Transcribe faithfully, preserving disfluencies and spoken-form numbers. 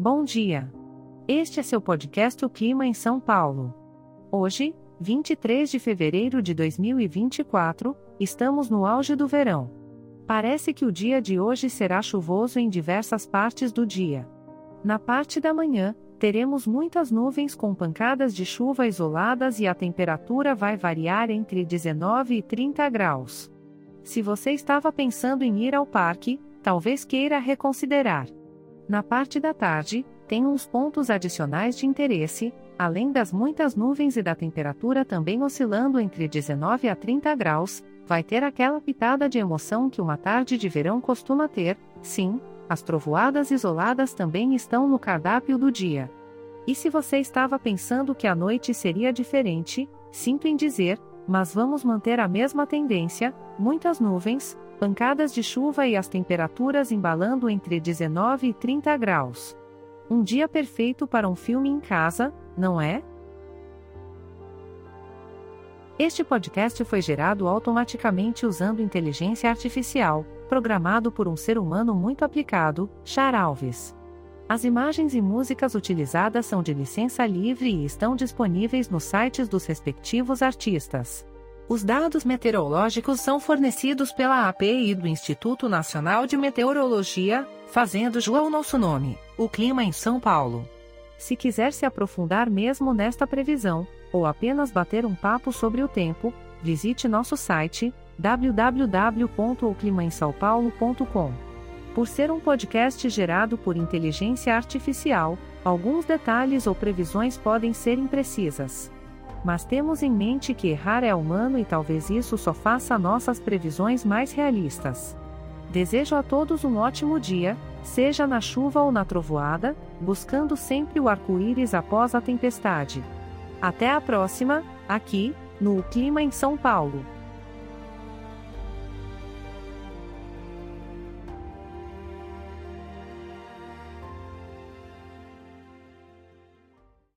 Bom dia! Este é seu podcast O Clima em São Paulo. Hoje, vinte e três de fevereiro de dois mil e vinte e quatro, estamos no auge do verão. Parece que o dia de hoje será chuvoso em diversas partes do dia. Na parte da manhã, teremos muitas nuvens com pancadas de chuva isoladas e a temperatura vai variar entre dezenove e trinta graus. Se você estava pensando em ir ao parque, talvez queira reconsiderar. Na parte da tarde, tem uns pontos adicionais de interesse, além das muitas nuvens e da temperatura também oscilando entre dezenove a trinta graus, vai ter aquela pitada de emoção que uma tarde de verão costuma ter. Sim, as trovoadas isoladas também estão no cardápio do dia. E se você estava pensando que a noite seria diferente, sinto em dizer, mas vamos manter a mesma tendência, muitas nuvens, pancadas de chuva e as temperaturas embalando entre dezenove e trinta graus. Um dia perfeito para um filme em casa, não é? Este podcast foi gerado automaticamente usando inteligência artificial, programado por um ser humano muito aplicado, Char Alves. As imagens e músicas utilizadas são de licença livre e estão disponíveis nos sites dos respectivos artistas. Os dados meteorológicos são fornecidos pela A P I do Instituto Nacional de Meteorologia, fazendo jus ao nosso nome, O Clima em São Paulo. Se quiser se aprofundar mesmo nesta previsão, ou apenas bater um papo sobre o tempo, visite nosso site, w w w ponto o clima em são paulo ponto com. Por ser um podcast gerado por inteligência artificial, alguns detalhes ou previsões podem ser imprecisas. Mas temos em mente que errar é humano e talvez isso só faça nossas previsões mais realistas. Desejo a todos um ótimo dia, seja na chuva ou na trovoada, buscando sempre o arco-íris após a tempestade. Até a próxima, aqui, no O Clima em São Paulo.